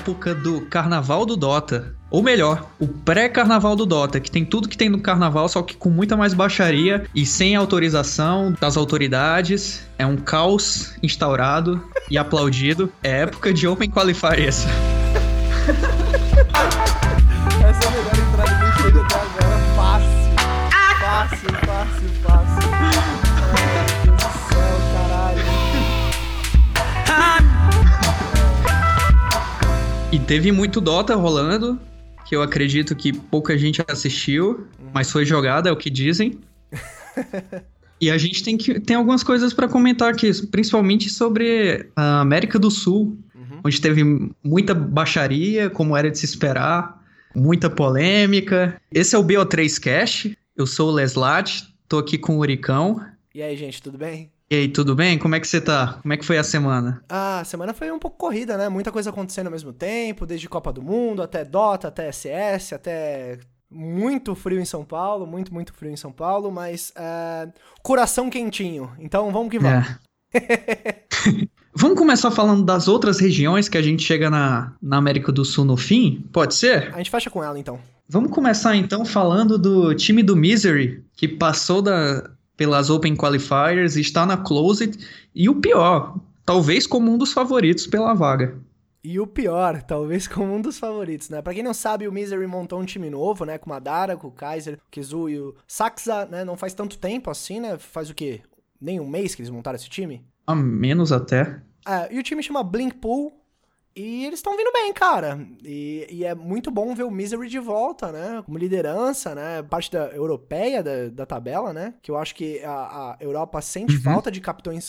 época do Carnaval do Dota. Ou melhor, o pré-carnaval do Dota, que tem tudo que tem no carnaval, só que com muita mais baixaria e sem autorização das autoridades. É um caos instaurado e aplaudido. É época de Open Qualifiers. Essa é a melhor entrada que a gente fez até agora. Fácil. Ai, meu Deus do céu, caralho. E teve muito Dota rolando, que eu acredito que pouca gente assistiu, mas foi jogada, é o que dizem. E a gente tem algumas coisas pra comentar aqui, principalmente sobre a América do Sul, onde teve muita baixaria, como era de se esperar, muita polêmica. Esse é o BO3 Cast, eu sou o Leslat, tô aqui com o Uricão. E aí, gente, tudo bem? E aí, tudo bem? Como é que você tá? Como é que foi a semana? A semana foi um pouco corrida, né? Muita coisa acontecendo ao mesmo tempo, desde Copa do Mundo, até Dota, até CS, até muito frio em São Paulo, muito frio em São Paulo, mas coração quentinho. Então, vamos que vamos. Vamos começar falando das outras regiões que a gente chega na América do Sul no fim? Pode ser? A gente fecha com ela, então. Vamos começar, então, falando do time do Misery, que passou pelas Open Qualifiers, está na Closed, e o pior, talvez como um dos favoritos pela vaga. E o pior, talvez como um dos favoritos, né? Pra quem não sabe, o Misery montou um time novo, né? Com o Madara, com o Kaiser, o Kizu e o Saxa, né? Não faz tanto tempo assim, né? Faz o quê? Nem um mês que eles montaram esse time? A menos até. E o time chama Blinkpool. E eles estão vindo bem, cara. E é muito bom ver o Misery de volta, né? Como liderança, né? Parte europeia da tabela, né? Que eu acho que a Europa sente falta de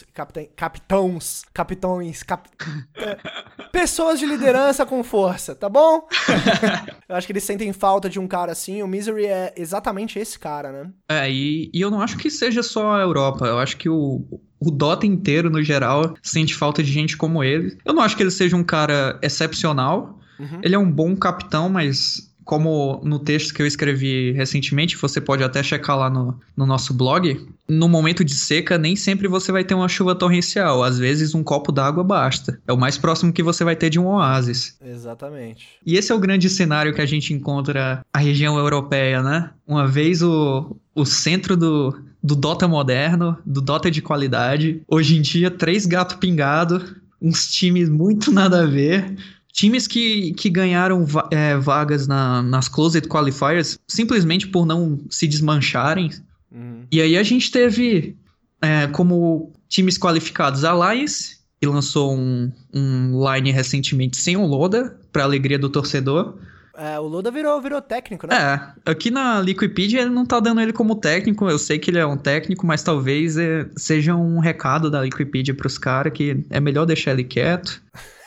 pessoas de liderança com força, tá bom? Eu acho que eles sentem falta de um cara assim. O Misery é exatamente esse cara, né? E eu não acho que seja só a Europa. Eu acho que o Dota inteiro, no geral, sente falta de gente como ele. Eu não acho que ele seja um cara excepcional. Ele é um bom capitão, mas como no texto que eu escrevi recentemente, você pode até checar lá no nosso blog, no momento de seca, nem sempre você vai ter uma chuva torrencial. Às vezes, um copo d'água basta. É o mais próximo que você vai ter de um oásis. Exatamente. E esse é o grande cenário que a gente encontra a região europeia, né? Uma vez o centro do Dota moderno, do Dota de qualidade. Hoje em dia, 3 gato pingado, uns times muito nada a ver. Times que ganharam vagas nas Closed Qualifiers simplesmente por não se desmancharem. E aí a gente teve como times qualificados a Alliance, que lançou um line recentemente sem o Loda, para alegria do torcedor. O Loda virou técnico, né? Aqui na Liquipedia ele não tá dando ele como técnico, eu sei que ele é um técnico, mas talvez seja um recado da Liquipedia pros caras que é melhor deixar ele quieto.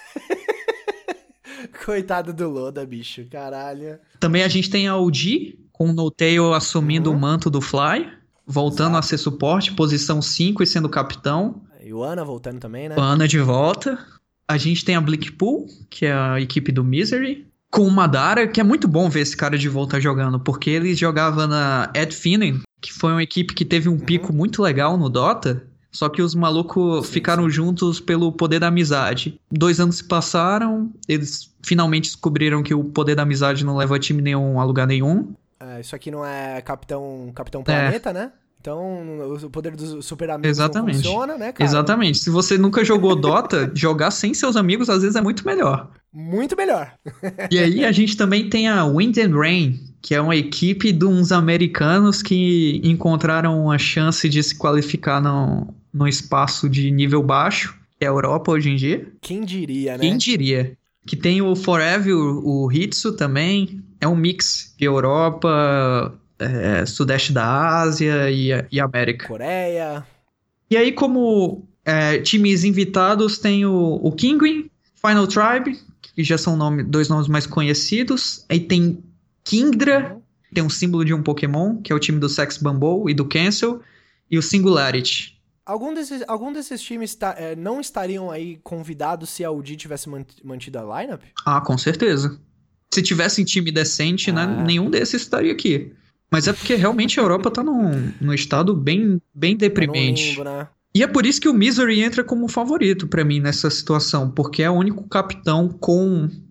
Coitado do Loda, bicho, caralho. Também a gente tem a OG, com o No-Tail assumindo o manto do Fly, voltando a ser suporte, posição 5 e sendo capitão. E o Ana voltando também, né? O Ana de volta. A gente tem a Blinkpool, que é a equipe do Misery, com o Madara, que é muito bom ver esse cara de volta jogando, porque ele jogava na Ed Finen, que foi uma equipe que teve um pico muito legal no Dota, só que os malucos ficaram juntos pelo poder da amizade. 2 anos se passaram, eles finalmente descobriram que o poder da amizade não leva time nenhum a lugar nenhum. Isso aqui não é Capitão Planeta, né? Então, o poder dos super amigos não funciona, né, cara? Exatamente. Se você nunca jogou Dota, jogar sem seus amigos às vezes é muito melhor. Muito melhor. E aí a gente também tem a Wind and Rain, que é uma equipe de uns americanos que encontraram uma chance de se qualificar num espaço de nível baixo, que é a Europa hoje em dia. Quem diria, né? Quem diria? Que tem o Forever, o Hitsu também. É um mix de Europa, Sudeste da Ásia e América. Coreia. E aí, como times invitados, tem o Kinguin, Final Tribe, que já são 2 nomes mais conhecidos. Aí tem Kingdra, tem um símbolo de um Pokémon, que é o time do Sex Bumble e do Cancel. E o Singularity. Algum desses times não estariam aí convidados se a UD tivesse mantido a lineup? Com certeza. Se tivesse um time decente, né, nenhum desses estaria aqui. Mas é porque realmente a Europa tá num estado bem deprimente. Tá no limbo, né? E é por isso que o Misery entra como favorito pra mim nessa situação, porque é o único capitão com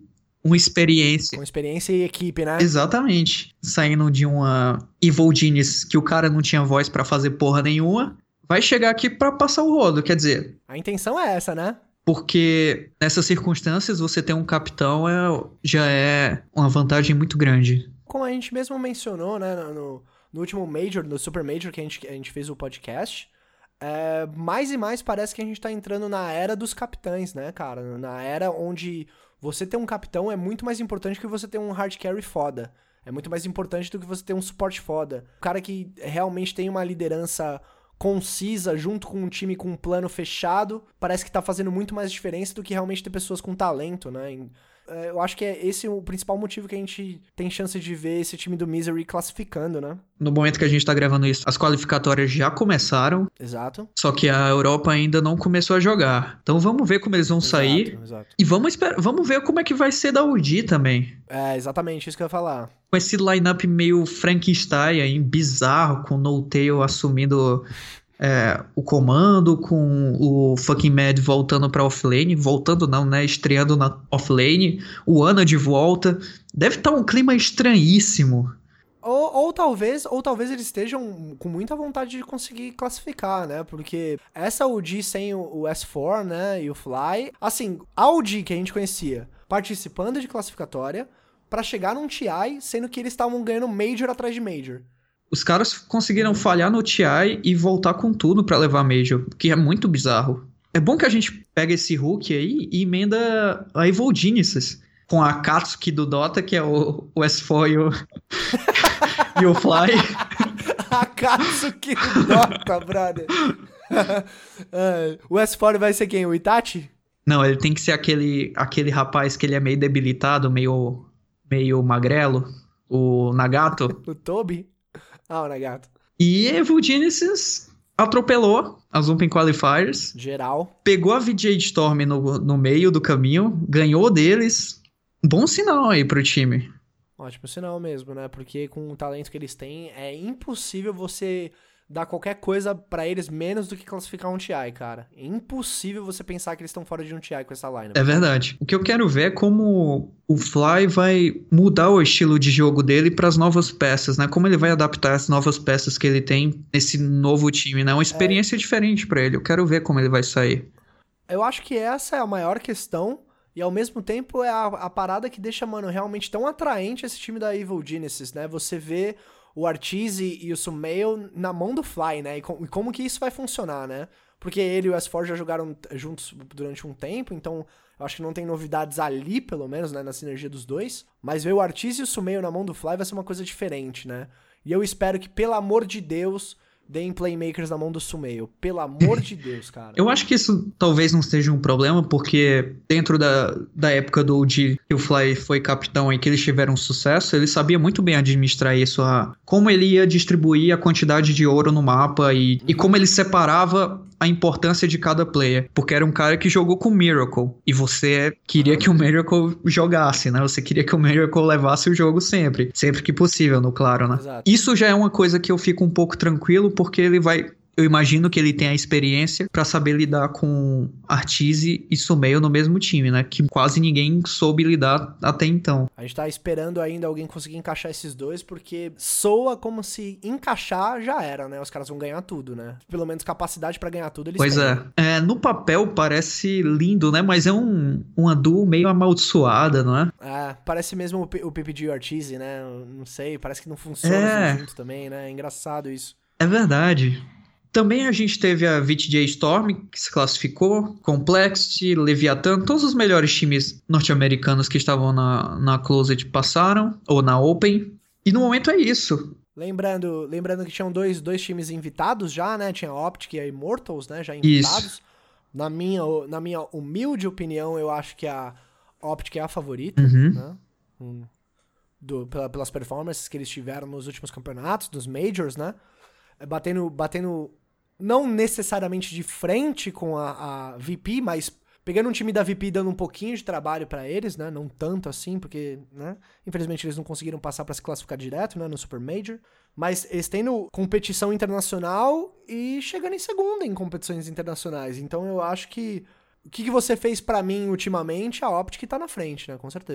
uma experiência. Com experiência e equipe, né? Exatamente. Saindo de uma Evil Genius que o cara não tinha voz pra fazer porra nenhuma, vai chegar aqui pra passar o rodo, quer dizer... A intenção é essa, né? Porque nessas circunstâncias você ter um capitão já é uma vantagem muito grande. Como a gente mesmo mencionou, né, no último Major, no Super Major que a gente fez o podcast, mais e mais parece que a gente tá entrando na era dos capitães, né, cara? Na era onde você ter um capitão é muito mais importante que você ter um hard carry foda. É muito mais importante do que você ter um suporte foda. O cara que realmente tem uma liderança concisa, junto com um time com um plano fechado, parece que tá fazendo muito mais diferença do que realmente ter pessoas com talento, né? Eu acho que é esse o principal motivo que a gente tem chance de ver esse time do Misery classificando, né? No momento que a gente tá gravando isso, as qualificatórias já começaram. Exato. Só que a Europa ainda não começou a jogar. Então vamos ver como eles vão sair. Exato. E vamos ver como é que vai ser da UD também. É, exatamente, isso que eu ia falar. Com esse lineup meio Frankenstein aí, bizarro, com o No-Tail assumindo o comando, com o fucking Mad voltando pra offlane. Voltando não, né? Estreando na offlane. O Ana de volta. Deve estar um clima estranhíssimo. Ou talvez eles estejam com muita vontade de conseguir classificar, né? Porque essa UD sem o S4, né? E o Fly... Assim, a UD que a gente conhecia participando de classificatória pra chegar num TI, sendo que eles estavam ganhando Major atrás de Major. Os caras conseguiram falhar no TI e voltar com tudo pra levar Major, que é muito bizarro. É bom que a gente pega esse Hulk aí e emenda a Evil Geniuses, com a Akatsuki do Dota, que é o S4 e o Fly. A Akatsuki do Dota, brother. O S4 vai ser quem? O Itachi? Não, ele tem que ser aquele rapaz que ele é meio debilitado, meio magrelo, o Nagato. O Toby? Ah, o Nagato. E Evil Genesis atropelou as Open Qualifiers. Geral. Pegou a VJ Storm no meio do caminho, ganhou deles. Bom sinal aí pro time. Ótimo sinal mesmo, né? Porque com o talento que eles têm, é impossível você dar qualquer coisa pra eles menos do que classificar um TI, cara. É impossível você pensar que eles estão fora de um TI com essa lineup. É verdade. O que eu quero ver é como o Fly vai mudar o estilo de jogo dele pras novas peças, né? Como ele vai adaptar as novas peças que ele tem nesse novo time, né? Uma experiência diferente pra ele. Eu quero ver como ele vai sair. Eu acho que essa é a maior questão e ao mesmo tempo é a parada que deixa, mano, realmente tão atraente esse time da Evil Genesis, né? Você vê o Arteezy e o Sumail na mão do Fly, né? E como que isso vai funcionar, né? Porque ele e o S4 já jogaram juntos durante um tempo, então eu acho que não tem novidades ali, pelo menos, né? Na sinergia dos dois. Mas ver o Arteezy e o Sumail na mão do Fly vai ser uma coisa diferente, né? E eu espero que, pelo amor de Deus, deem Playmakers na mão do Sumail. Pelo amor de Deus, cara. Eu acho que isso talvez não seja um problema, porque dentro da época do OG que o Fly foi capitão e que eles tiveram sucesso, ele sabia muito bem administrar isso, como ele ia distribuir a quantidade de ouro no mapa e como ele separava a importância de cada player. Porque era um cara que jogou com o Miracle, e você queria que o Miracle jogasse, né? Você queria que o Miracle levasse o jogo sempre que possível, no claro, né? Exato. Isso já é uma coisa que eu fico um pouco tranquilo, porque ele vai... Eu imagino que ele tem a experiência pra saber lidar com Arteezy e Sumail no mesmo time, né? Que quase ninguém soube lidar até então. A gente tá esperando ainda alguém conseguir encaixar esses dois, porque soa como se encaixar já era, né? Os caras vão ganhar tudo, né? Pelo menos capacidade pra ganhar tudo eles têm. Pois é. No papel parece lindo, né? Mas é uma duo meio amaldiçoada, não é? Parece mesmo o PPG e o Arteezy, né? Não sei, parece que não funciona junto também, né? É engraçado isso. É verdade. Também a gente teve a VTJ Storm, que se classificou, Complexity, Leviathan, todos os melhores times norte-americanos que estavam na Closet passaram, ou na Open, e no momento é isso. Lembrando que tinham dois times invitados já, né? Tinha a Optic e a Immortals, né? Já invitados. Isso. Na minha humilde opinião, eu acho que a Optic é a favorita, né? Pelas performances que eles tiveram nos últimos campeonatos, dos Majors, né? Batendo não necessariamente de frente com a VP, mas pegando um time da VP e dando um pouquinho de trabalho pra eles, né? Não tanto assim, porque, né? Infelizmente eles não conseguiram passar pra se classificar direto, né? No Super Major. Mas eles tendo competição internacional e chegando em segunda em competições internacionais. Então eu acho que o que você fez pra mim ultimamente, a Optic tá na frente, né? Com certeza.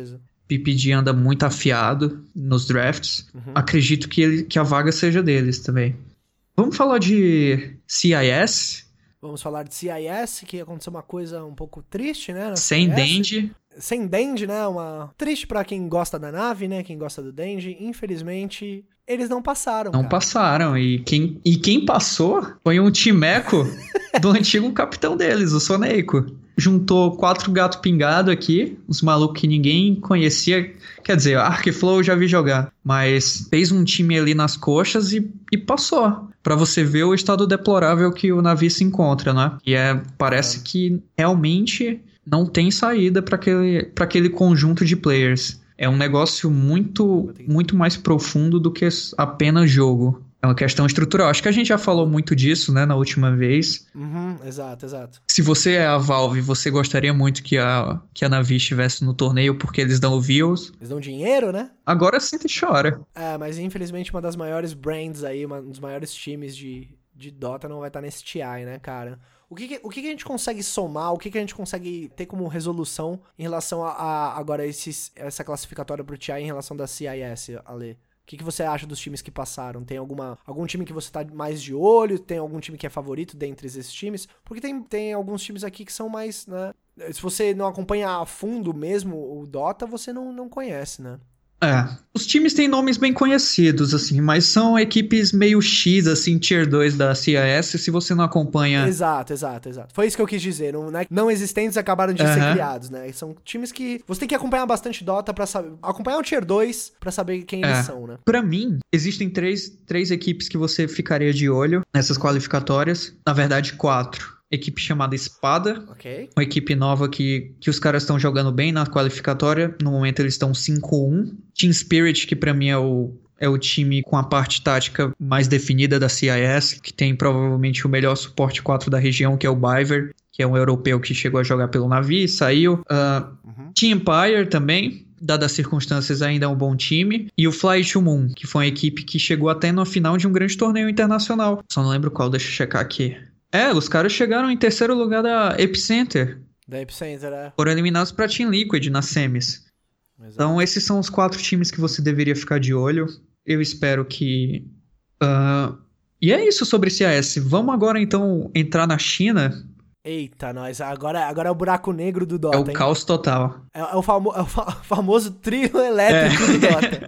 PPG anda muito afiado nos drafts. Acredito que a vaga seja deles também. Vamos falar de CIS? Vamos falar de CIS, que aconteceu uma coisa um pouco triste, né? Sem Denji. Sem Denji, né? Triste pra quem gosta da nave, né? Quem gosta do Denji. Infelizmente, eles não passaram, Não passaram. E quem passou foi um timeco do antigo capitão deles, o Soneiko. Juntou 4 gato pingado aqui, uns malucos que ninguém conhecia. Quer dizer, Arcflow eu já vi jogar. Mas fez um time ali nas coxas e passou. Pra você ver o estado deplorável que o navio se encontra, né? E parece que realmente não tem saída pra aquele conjunto de players. É um negócio muito, muito mais profundo do que apenas jogo. É uma questão estrutural. Acho que a gente já falou muito disso, né, na última vez. Exato. Se você é a Valve, você gostaria muito que a Navi estivesse no torneio porque eles dão views. Eles dão dinheiro, né? Agora senta e chora. Mas infelizmente uma das maiores brands aí, um dos maiores times de Dota não vai estar nesse TI, né, cara? O que a gente consegue somar, o que a gente consegue ter como resolução em relação a agora essa classificatória pro TI em relação da CIS, Ale? O que você acha dos times que passaram? Tem algum time que você tá mais de olho? Tem algum time que é favorito dentre esses times? Porque tem alguns times aqui que são mais, né? Se você não acompanha a fundo mesmo o Dota, você não conhece, né? Os times têm nomes bem conhecidos, assim, mas são equipes meio X, assim, Tier 2 da CIS, se você não acompanha... Exato. Foi isso que eu quis dizer, não existentes acabaram de ser criados, né? São times que você tem que acompanhar bastante Dota pra saber... Acompanhar o Tier 2 pra saber quem eles são, né? Pra mim, existem três equipes que você ficaria de olho nessas qualificatórias, na verdade 4. Equipe chamada Espada, uma equipe nova que os caras estão jogando bem na qualificatória. No momento eles estão 5-1. Team Spirit, que pra mim é o time com a parte tática mais definida da CIS, que tem provavelmente o melhor suporte 4 da região, que é o Biver, que é um europeu que chegou a jogar pelo Navi e saiu. Team Empire também, dadas as circunstâncias, ainda é um bom time. E o Fly to Moon, que foi uma equipe que chegou até na final de um grande torneio internacional. Só não lembro qual, deixa eu checar aqui. Os caras chegaram em terceiro lugar da Epicenter. Foram eliminados pra Team Liquid nas semis. Exato. Então esses são os 4 times que você deveria ficar de olho. Eu espero que... E é isso sobre CIS. Vamos agora então entrar na China. Eita, nós. Agora é o buraco negro do Dota. É o caos total. É o famoso trio elétrico do Dota.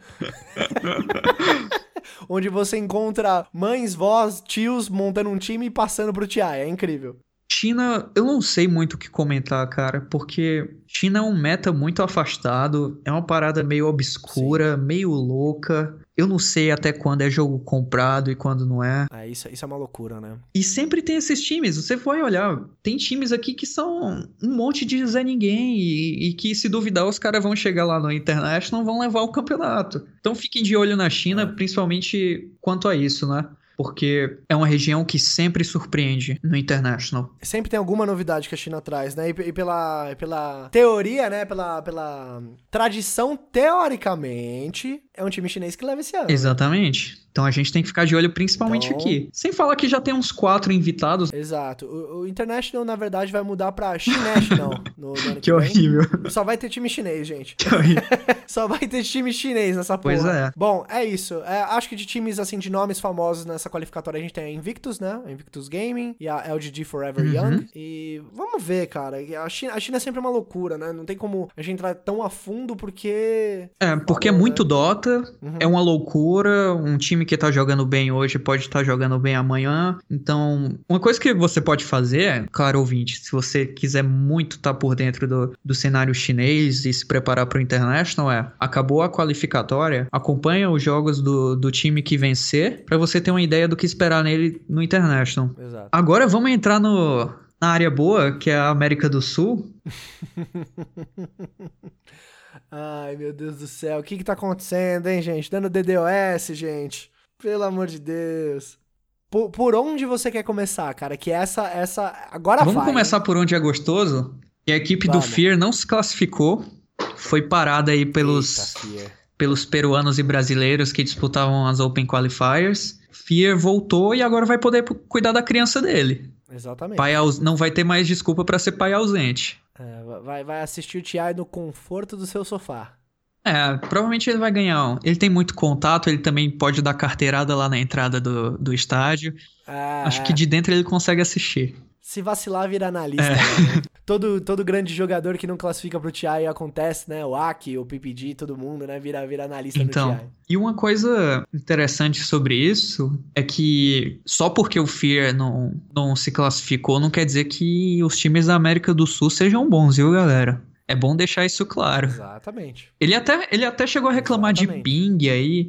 Onde você encontra mães, vós, tios montando um time e passando pro TI. É incrível. China, eu não sei muito o que comentar, cara, porque China é um meta muito afastado, é uma parada meio obscura, meio louca. Eu não sei até quando é jogo comprado e quando não é. Isso é uma loucura, né? E sempre tem esses times, você vai olhar, tem times aqui que são um monte de Zé Ninguém e que se duvidar os caras vão chegar lá no International e vão levar o campeonato. Então fiquem de olho na China, principalmente quanto a isso, né? Porque é uma região que sempre surpreende no International. Sempre tem alguma novidade que a China traz, né? E pela teoria, né? Pela tradição, teoricamente, é um time chinês que leva esse ano. Exatamente. Né? Então a gente tem que ficar de olho principalmente aqui. Sem falar que já tem uns 4 invitados. Exato. O International, na verdade, vai mudar pra Chinational no ano que horrível. Só vai ter time chinês, gente. Que horrível. Só vai ter time chinês nessa porra. Pois é. Bom, é isso. Acho que de times, assim, de nomes famosos nessa qualificatória, a gente tem a Invictus, né? A Invictus Gaming e a LGD Forever Young. E vamos ver, cara. A China é sempre uma loucura, né? Não tem como a gente entrar tão a fundo porque... porque é muito Dota, é uma loucura, um time que tá jogando bem hoje pode estar jogando bem amanhã. Então, uma coisa que você pode fazer, claro, ouvinte, se você quiser muito estar por dentro do cenário chinês e se preparar para o International, acabou a qualificatória, acompanha os jogos do time que vencer, para você ter uma ideia do que esperar nele no International. Exato. Agora vamos entrar na área boa, que é a América do Sul. Ai, meu Deus do céu. O que tá acontecendo, hein, gente? Dando DDoS, gente. Pelo amor de Deus. Por onde você quer começar, cara? Que essa agora Vamos começar por onde é gostoso. E a equipe do Fear não se classificou. Foi parada aí pelos peruanos e brasileiros que disputavam as Open Qualifiers. Fear voltou e agora vai poder cuidar da criança dele. Exatamente. Não vai ter mais desculpa pra ser pai ausente. Vai assistir o TI no conforto do seu sofá. Provavelmente ele vai ganhar um. Ele tem muito contato, ele também pode dar carteirada lá na entrada do estádio. Acho que de dentro ele consegue assistir. Se vacilar, vira analista. Né? Todo grande jogador que não classifica pro TI acontece, né? O Aki, o PPG, todo mundo, né? Vira analista no TI. E uma coisa interessante sobre isso é que só porque o Fear não se classificou, não quer dizer que os times da América do Sul sejam bons, viu, galera? É bom deixar isso claro. Exatamente. Ele até chegou a reclamar de ping aí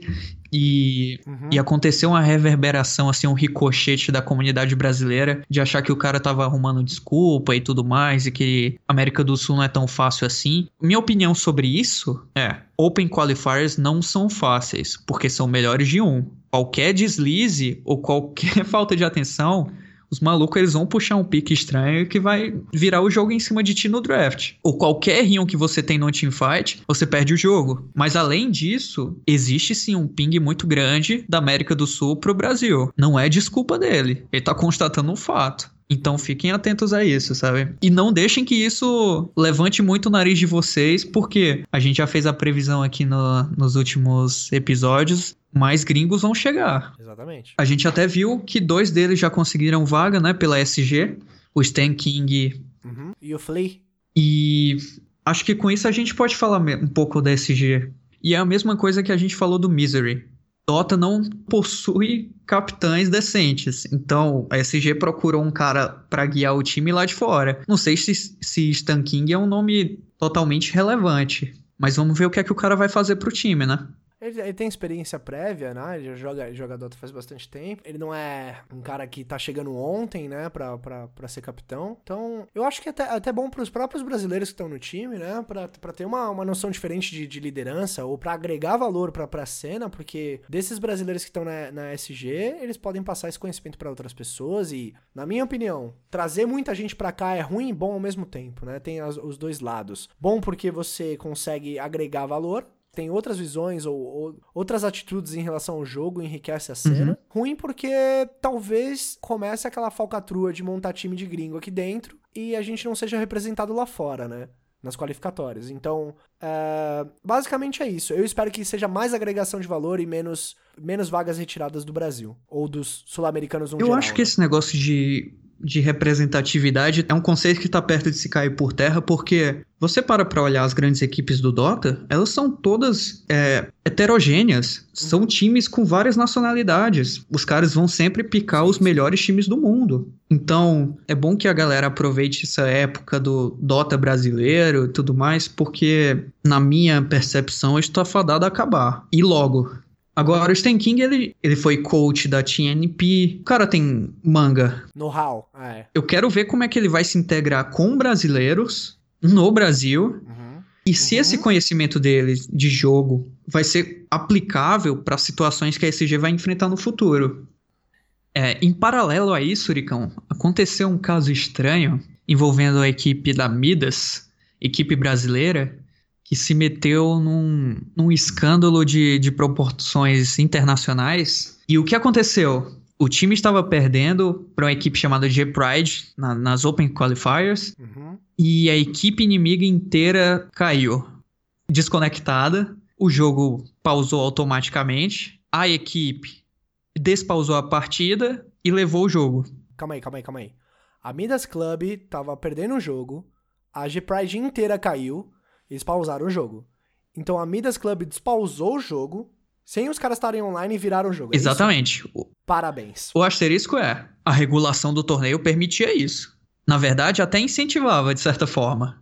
e aconteceu uma reverberação, assim, um ricochete da comunidade brasileira de achar que o cara tava arrumando desculpa e tudo mais e que a América do Sul não é tão fácil assim. Minha opinião sobre isso Open Qualifiers não são fáceis, porque são melhores de um. Qualquer deslize ou qualquer falta de atenção... Os malucos, eles vão puxar um pique estranho que vai virar o jogo em cima de ti no draft. Ou qualquer Rion que você tem no teamfight, você perde o jogo. Mas além disso, existe sim um ping muito grande da América do Sul pro Brasil. Não é desculpa dele. Ele tá constatando um fato. Então fiquem atentos a isso, sabe? E não deixem que isso levante muito o nariz de vocês, porque a gente já fez a previsão aqui nos últimos episódios. Mais gringos vão chegar. Exatamente. A gente até viu que 2 deles já conseguiram vaga, né? Pela SG. O Stan King. E o Flea. E acho que com isso a gente pode falar um pouco da SG. E é a mesma coisa que a gente falou do Misery. Dota não possui capitães decentes. Então, a SG procurou um cara pra guiar o time lá de fora. Não sei se Stan King é um nome totalmente relevante. Mas vamos ver o que é que o cara vai fazer pro time, né? Ele tem experiência prévia, né? Ele joga Dota faz bastante tempo. Ele não é um cara que tá chegando ontem, né? Pra ser capitão. Então, eu acho que é até bom pros próprios brasileiros que estão no time, né? Pra ter uma noção diferente de liderança ou pra agregar valor pra cena, porque desses brasileiros que estão na SG, eles podem passar esse conhecimento pra outras pessoas e, na minha opinião, trazer muita gente pra cá é ruim e bom ao mesmo tempo, né? Tem os dois lados. Bom porque você consegue agregar valor, tem outras visões ou outras atitudes em relação ao jogo, enriquece a cena. Ruim porque talvez comece aquela falcatrua de montar time de gringo aqui dentro e a gente não seja representado lá fora, né? Nas qualificatórias. Então, basicamente é isso. Eu espero que seja mais agregação de valor e menos vagas retiradas do Brasil. Ou dos sul-americanos no geral. Eu acho que esse negócio de representatividade é um conceito que tá perto de se cair por terra, porque você pra olhar as grandes equipes do Dota, elas são todas heterogêneas, são times com várias nacionalidades, os caras vão sempre picar os melhores times do mundo. Então, é bom que a galera aproveite essa época do Dota brasileiro e tudo mais, porque na minha percepção isso tá fadado a acabar, e logo. Agora, o Stan King, ele foi coach da TNP. O cara tem manga. Know-how. Eu quero ver como é que ele vai se integrar com brasileiros no Brasil. E se esse conhecimento dele de jogo vai ser aplicável para situações que a SG vai enfrentar no futuro. Em paralelo a isso, Ricão, aconteceu um caso estranho envolvendo a equipe da Midas, equipe brasileira, que se meteu num escândalo de proporções internacionais. E o que aconteceu? O time estava perdendo para uma equipe chamada G-Pride nas Open Qualifiers. E a equipe inimiga inteira caiu. Desconectada. O jogo pausou automaticamente. A equipe despausou a partida e levou o jogo. Calma aí. A Midas Club tava perdendo o jogo. A G-Pride inteira caiu. Eles pausaram o jogo. Então a Midas Club despausou o jogo, sem os caras estarem online e viraram o jogo. Exatamente. Parabéns. O asterisco a regulação do torneio permitia isso. Na verdade, até incentivava, de certa forma.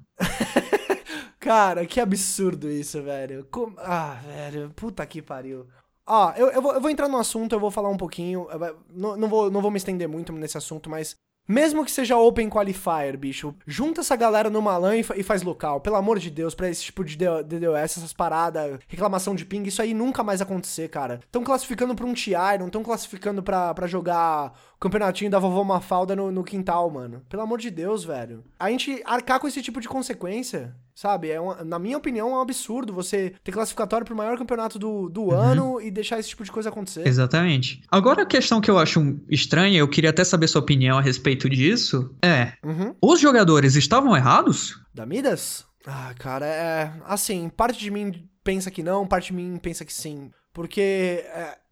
Cara, que absurdo isso, velho. Velho, puta que pariu. Eu vou entrar no assunto, eu vou falar um pouquinho. Não vou me estender muito nesse assunto, mas... Mesmo que seja Open Qualifier, bicho, junta essa galera numa LAN e faz local. Pelo amor de Deus, pra esse tipo de DDoS, essas paradas, reclamação de ping, isso aí nunca mais acontecer, cara. Estão classificando pra um TI, não estão classificando pra jogar o campeonatinho da vovó Mafalda no quintal, mano. Pelo amor de Deus, velho. A gente arcar com esse tipo de consequência, sabe? Na minha opinião, é um absurdo você ter classificatório pro maior campeonato do ano e deixar esse tipo de coisa acontecer. Exatamente. Agora a questão que eu acho estranha, eu queria até saber sua opinião a respeito disso, os jogadores estavam errados? Da Midas? Cara, assim, parte de mim pensa que não, parte de mim pensa que sim. Porque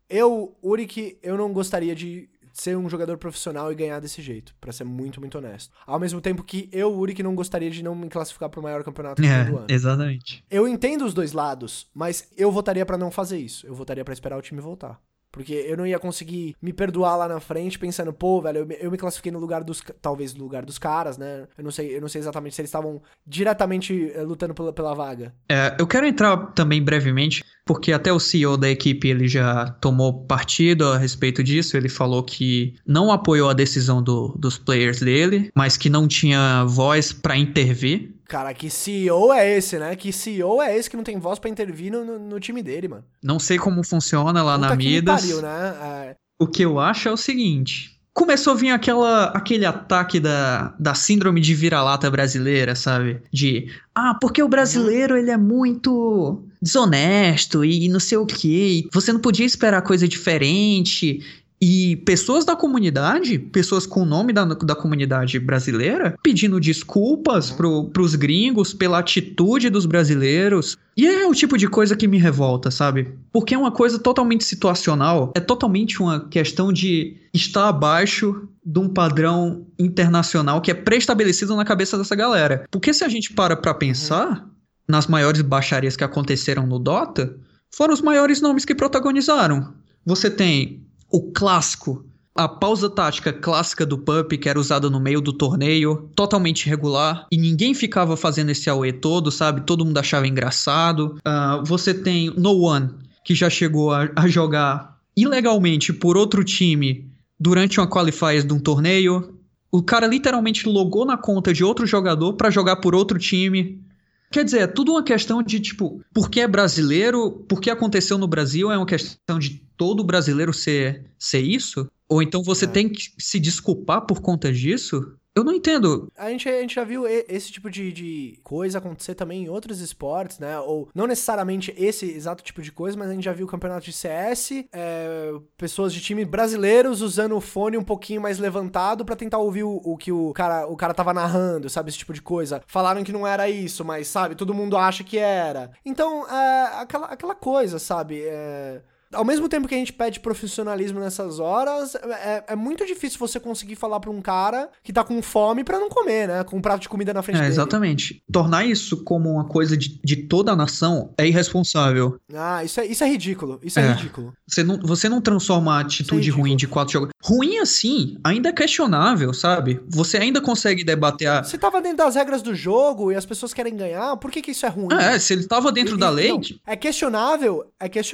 eu não gostaria de ser um jogador profissional e ganhar desse jeito, pra ser muito, muito honesto. Ao mesmo tempo que não gostaria de não me classificar pro maior campeonato do ano. Exatamente. Eu entendo os dois lados, mas eu votaria pra não fazer isso. Eu votaria pra esperar o time voltar. Porque eu não ia conseguir me perdoar lá na frente pensando, pô, velho, eu me classifiquei talvez no lugar dos caras, né? Eu não sei exatamente se eles estavam diretamente lutando pela vaga. Eu quero entrar também brevemente, porque até o CEO da equipe, ele já tomou partido a respeito disso. Ele falou que não apoiou a decisão dos players dele, mas que não tinha voz pra intervir. Cara, que CEO é esse, né? Que CEO é esse que não tem voz pra intervir no time dele, mano? Não sei como funciona lá na Midas. Pariu, né? O que eu acho é o seguinte... Começou a vir aquele ataque da síndrome de vira-lata brasileira, sabe? Porque o brasileiro, ele é muito desonesto e não sei o quê. Você não podia esperar coisa diferente... E pessoas da comunidade, pessoas com o nome da comunidade brasileira, pedindo desculpas pros gringos pela atitude dos brasileiros. E é o tipo de coisa que me revolta, sabe? Porque é uma coisa totalmente situacional. É totalmente uma questão de estar abaixo de um padrão internacional que é pré-estabelecido na cabeça dessa galera. Porque se a gente pra pensar, nas maiores baixarias que aconteceram no Dota, foram os maiores nomes que protagonizaram. Você tem... O clássico, a pausa tática clássica do Pup, que era usada no meio do torneio, totalmente regular, e ninguém ficava fazendo esse AOE todo, sabe? Todo mundo achava engraçado. Você tem No One, que já chegou a jogar ilegalmente por outro time durante uma qualifier de um torneio. O cara literalmente logou na conta de outro jogador pra jogar por outro time. Quer dizer, é tudo uma questão de, porque é brasileiro, porque aconteceu no Brasil, é uma questão de todo brasileiro ser isso? Ou então você tem que se desculpar por conta disso? Eu não entendo. A gente já viu esse tipo de coisa acontecer também em outros esportes, né? Ou não necessariamente esse exato tipo de coisa, mas a gente já viu campeonato de CS, pessoas de time brasileiros usando o fone um pouquinho mais levantado pra tentar ouvir o que o cara tava narrando, sabe? Esse tipo de coisa. Falaram que não era isso, mas, sabe? Todo mundo acha que era. Então, aquela coisa, sabe? Ao mesmo tempo que a gente pede profissionalismo nessas horas, é muito difícil você conseguir falar pra um cara que tá com fome pra não comer, né? Com um prato de comida na frente dele. Exatamente. Tornar isso como uma coisa de toda a nação é irresponsável. Isso é ridículo. Isso é ridículo. Você não transforma a atitude ruim de 4 jogadores. Ruim assim, ainda é questionável, sabe? Você ainda consegue debater Você tava dentro das regras do jogo e as pessoas querem ganhar, por que isso é ruim? Se ele tava dentro da lei... Não, é questionável.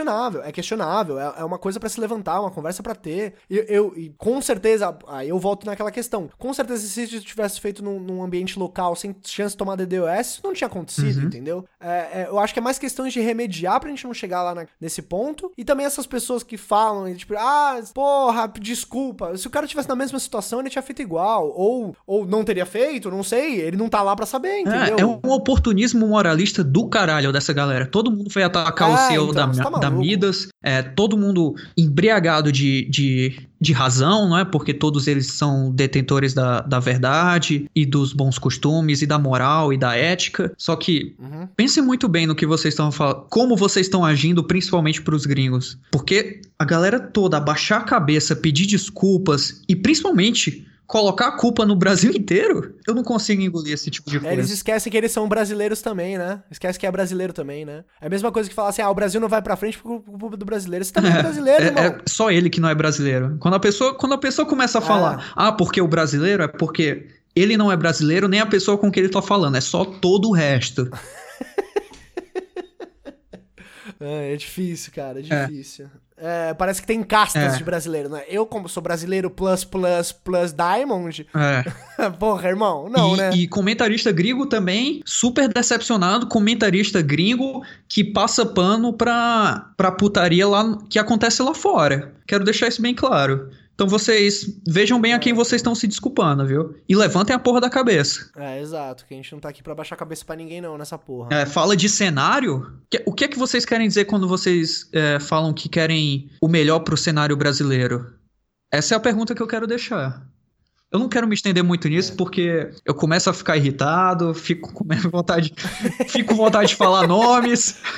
É uma coisa pra se levantar, uma conversa pra ter. E com certeza, aí eu volto naquela questão. Com certeza, se isso tivesse feito num ambiente local, sem chance de tomar DDoS, isso não tinha acontecido, entendeu? Eu acho que é mais questões de remediar pra gente não chegar lá nesse ponto. E também essas pessoas que falam, desculpa. Se o cara tivesse na mesma situação, ele tinha feito igual. Ou não teria feito, não sei. Ele não tá lá pra saber, entendeu? É um oportunismo moralista do caralho dessa galera. Todo mundo foi atacar o CEO da Midas. Todo mundo embriagado de razão, não é? Porque todos eles são detentores da verdade e dos bons costumes e da moral e da ética. Só que pensem muito bem no que vocês estão falando, como vocês estão agindo, principalmente pros gringos. Porque a galera toda abaixar a cabeça, pedir desculpas e principalmente... colocar a culpa no Brasil inteiro, eu não consigo engolir esse tipo de coisa. Eles esquecem que eles são brasileiros também, né? Esquecem que é brasileiro também, né? É a mesma coisa que falar assim, o Brasil não vai pra frente por culpa do brasileiro. Você também é brasileiro, irmão. É só ele que não é brasileiro. Quando a pessoa começa a falar, porque o brasileiro é porque ele não é brasileiro, nem a pessoa com quem ele tá falando, é só todo o resto. É difícil, cara, é difícil. Parece que tem castas de brasileiro, né? Eu, como sou brasileiro plus Diamond... Porra, irmão, não, né? E comentarista gringo também, super decepcionado, comentarista gringo que passa pano pra putaria lá, que acontece lá fora. Quero deixar isso bem claro. Então vocês vejam bem a quem vocês estão se desculpando, viu? E levantem a porra da cabeça. Exato, que a gente não tá aqui pra baixar a cabeça pra ninguém não, nessa porra. Fala de cenário? O que é que vocês querem dizer quando vocês falam que querem o melhor pro cenário brasileiro? Essa é a pergunta que eu quero deixar. Eu não quero me estender muito nisso, porque eu começo a ficar irritado, fico com vontade de falar nomes...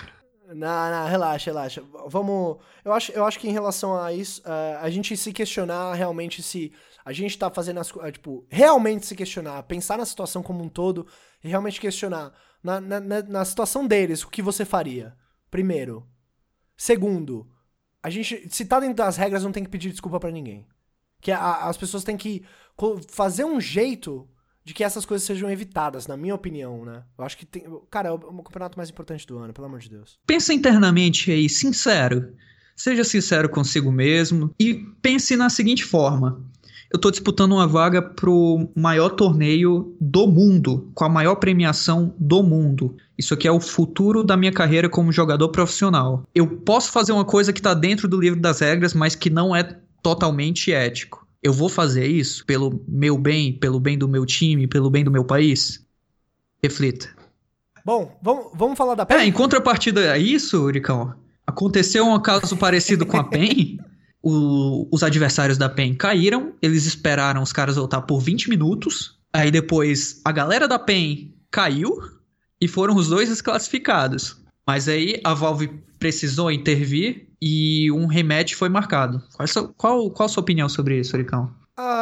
Não, relaxa. Vamos. Eu acho que em relação a isso, a gente se questionar realmente se a gente tá fazendo as coisas. Tipo, realmente se questionar, pensar na situação como um todo e realmente questionar. Na situação deles, o que você faria? Primeiro. Segundo, a gente, se tá dentro das regras, não tem que pedir desculpa pra ninguém. Que as pessoas têm que fazer um jeito de que essas coisas sejam evitadas, na minha opinião, né? Eu acho que tem... Cara, é o campeonato mais importante do ano, pelo amor de Deus. Pensa internamente aí, sincero. Seja sincero consigo mesmo e pense na seguinte forma. Eu tô disputando uma vaga pro maior torneio do mundo, com a maior premiação do mundo. Isso aqui é o futuro da minha carreira como jogador profissional. Eu posso fazer uma coisa que tá dentro do livro das regras, mas que não é totalmente ético. Eu vou fazer isso pelo meu bem, pelo bem do meu time, pelo bem do meu país? Reflita. Bom, vamos falar da PEN? Em contrapartida a isso, Uricão, aconteceu um caso parecido com a PEN. Os adversários da PEN caíram, eles esperaram os caras voltar por 20 minutos. Aí depois a galera da PEN caiu e foram os dois desclassificados. Mas aí a Valve precisou intervir e um rematch foi marcado. Qual a sua opinião sobre isso, Uricão?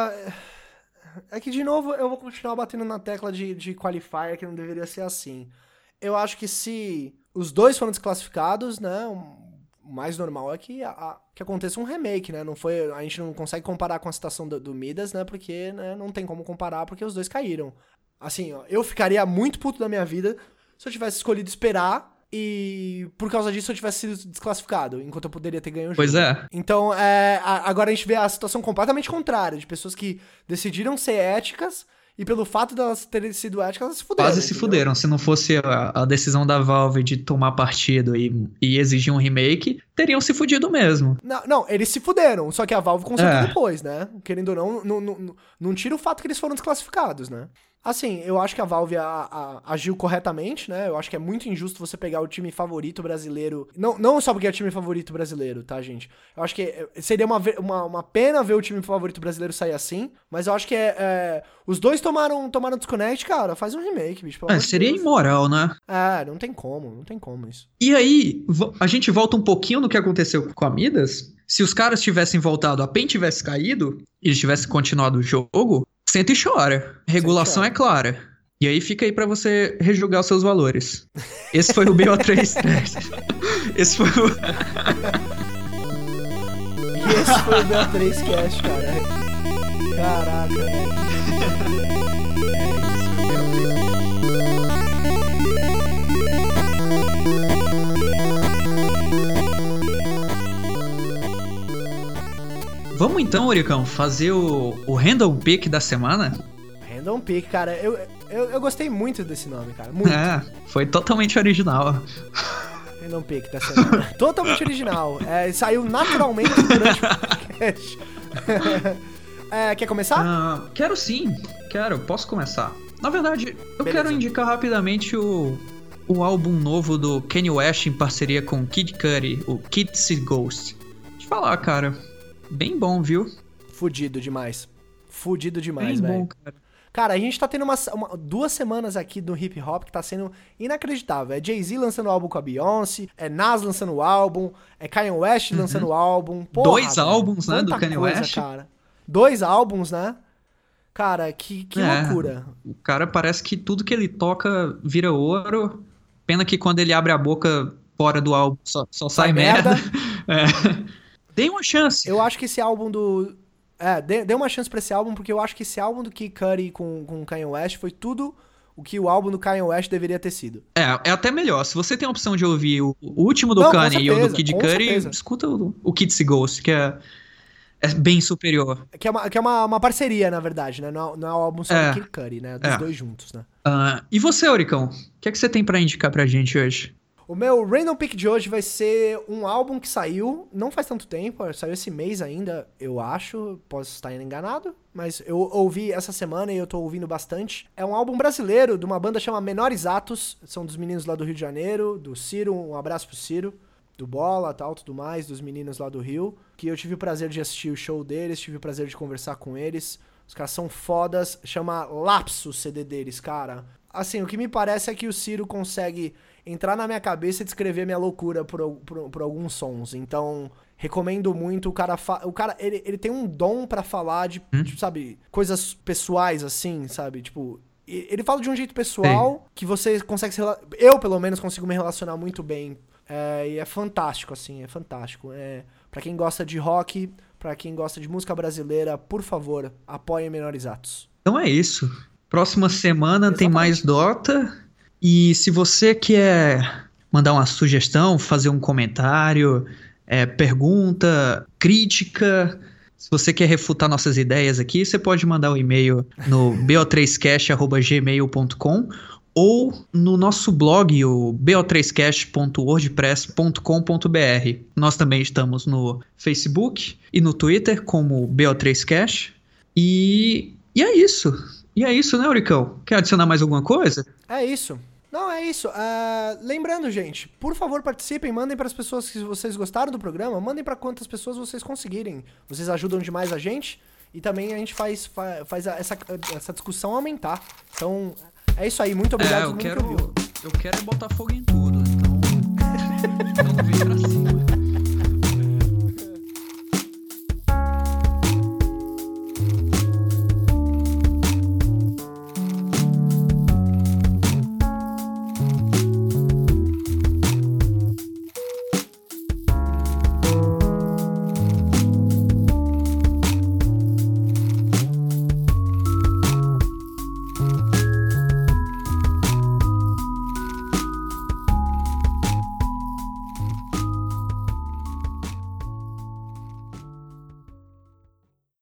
É que, de novo, eu vou continuar batendo na tecla de qualifier, que não deveria ser assim. Eu acho que se os dois foram desclassificados, né, o mais normal é que aconteça um remake, né? A gente não consegue comparar com a situação do Midas, né, porque, né, não tem como comparar porque os dois caíram. Assim, ó, eu ficaria muito puto da minha vida se eu tivesse escolhido esperar e por causa disso eu tivesse sido desclassificado, enquanto eu poderia ter ganho o jogo. Pois é. Então, agora a gente vê a situação completamente contrária, de pessoas que decidiram ser éticas e pelo fato de elas terem sido éticas, elas se fuderam. Quase se fuderam. Se não fosse a decisão da Valve de tomar partido e exigir um remake, teriam se fudido mesmo. Não, eles se fuderam, só que a Valve consertou depois, né? Querendo ou não tira o fato que eles foram desclassificados, né? Assim, eu acho que a Valve agiu corretamente, né? Eu acho que é muito injusto você pegar o time favorito brasileiro. Não só porque é o time favorito brasileiro, tá, gente? Eu acho que seria uma pena ver o time favorito brasileiro sair assim, mas eu acho que os dois tomaram desconnect, cara. Faz um remake, bicho. Seria imoral, né? Não tem como isso. E aí, a gente volta um pouquinho no que aconteceu com a Midas. Se os caras tivessem voltado, a PEN tivesse caído e eles tivessem continuado o jogo, senta e chora. A regulação é clara. E aí fica aí pra você rejulgar os seus valores. Esse foi o BO3. Esse foi o... E esse foi o BO3 Cast, cara. Caraca, velho. Vamos então, Uricão, fazer o Random Pick da semana? Random Pick, cara. Eu gostei muito desse nome, cara. Muito. Foi totalmente original. Random Pick da semana. Totalmente original. Saiu naturalmente durante o podcast. Quer começar? Quero sim. Posso começar. Na verdade, eu quero indicar rapidamente o álbum novo do Kanye West em parceria com Kid Cudi, o Kids Ghost. Deixa eu falar, cara. Bem bom, viu? Fudido demais, velho. Bem bom, cara. Cara, a gente tá tendo 2 semanas aqui do hip hop que tá sendo inacreditável. É Jay-Z lançando o álbum com a Beyoncé, é Nas lançando o álbum, é Kanye West lançando o álbum. Porra, 2 álbuns, né, do Kanye West. Cara. 2 álbuns, né? Cara, que loucura. O cara parece que tudo que ele toca vira ouro. Pena que quando ele abre a boca fora do álbum só sai merda. Dê uma chance. Eu acho que esse álbum dê uma chance pra esse álbum, porque eu acho que esse álbum do Kid Cudi com Kanye West foi tudo o que o álbum do Kanye West deveria ter sido. É até melhor. Se você tem a opção de ouvir o último do Kanye e o do Kid Cudi, escuta o Kids Ghost, que é bem superior. Que é uma parceria, na verdade, né? Não é um álbum só do Kid Cudi, né? Dos dois juntos, né? E você, Auricão? O que é que você tem pra indicar pra gente hoje? O meu Random Pick de hoje vai ser um álbum que saiu não faz tanto tempo, saiu esse mês ainda, eu acho, posso estar enganado, mas eu ouvi essa semana e eu tô ouvindo bastante. É um álbum brasileiro de uma banda chamada Menores Atos, são dos meninos lá do Rio de Janeiro, do Ciro, um abraço pro Ciro, do Bola, tal, tudo mais, dos meninos lá do Rio, que eu tive o prazer de assistir o show deles, tive o prazer de conversar com eles. Os caras são fodas, chama Lapsus o CD deles, cara. Assim, o que me parece é que o Ciro consegue entrar na minha cabeça e descrever minha loucura por alguns sons. Então, recomendo muito. O cara ele tem um dom pra falar de, tipo, sabe, coisas pessoais, assim, sabe? Tipo, ele fala de um jeito pessoal que você consegue eu, pelo menos, consigo me relacionar muito bem. E é fantástico, assim, é fantástico. Pra quem gosta de rock, pra quem gosta de música brasileira, por favor, apoiem Menores Atos. Então é isso. Próxima semana tem mais Dota. E se você quer mandar uma sugestão, fazer um comentário, pergunta, crítica, se você quer refutar nossas ideias aqui, você pode mandar um e-mail no bo3cast@gmail.com ou no nosso blog, o bo3cast.wordpress.com.br. Nós também estamos no Facebook e no Twitter como bo3cast. E é isso. E é isso, né, Auricão? Quer adicionar mais alguma coisa? É isso. Não, é isso. Lembrando, gente, por favor, participem, mandem para as pessoas que vocês gostaram do programa, mandem para quantas pessoas vocês conseguirem. Vocês ajudam demais a gente e também a gente faz essa discussão aumentar. Então, é isso aí. Muito obrigado a todo mundo que ouviu. Eu quero botar fogo em tudo, então não vem pra cima.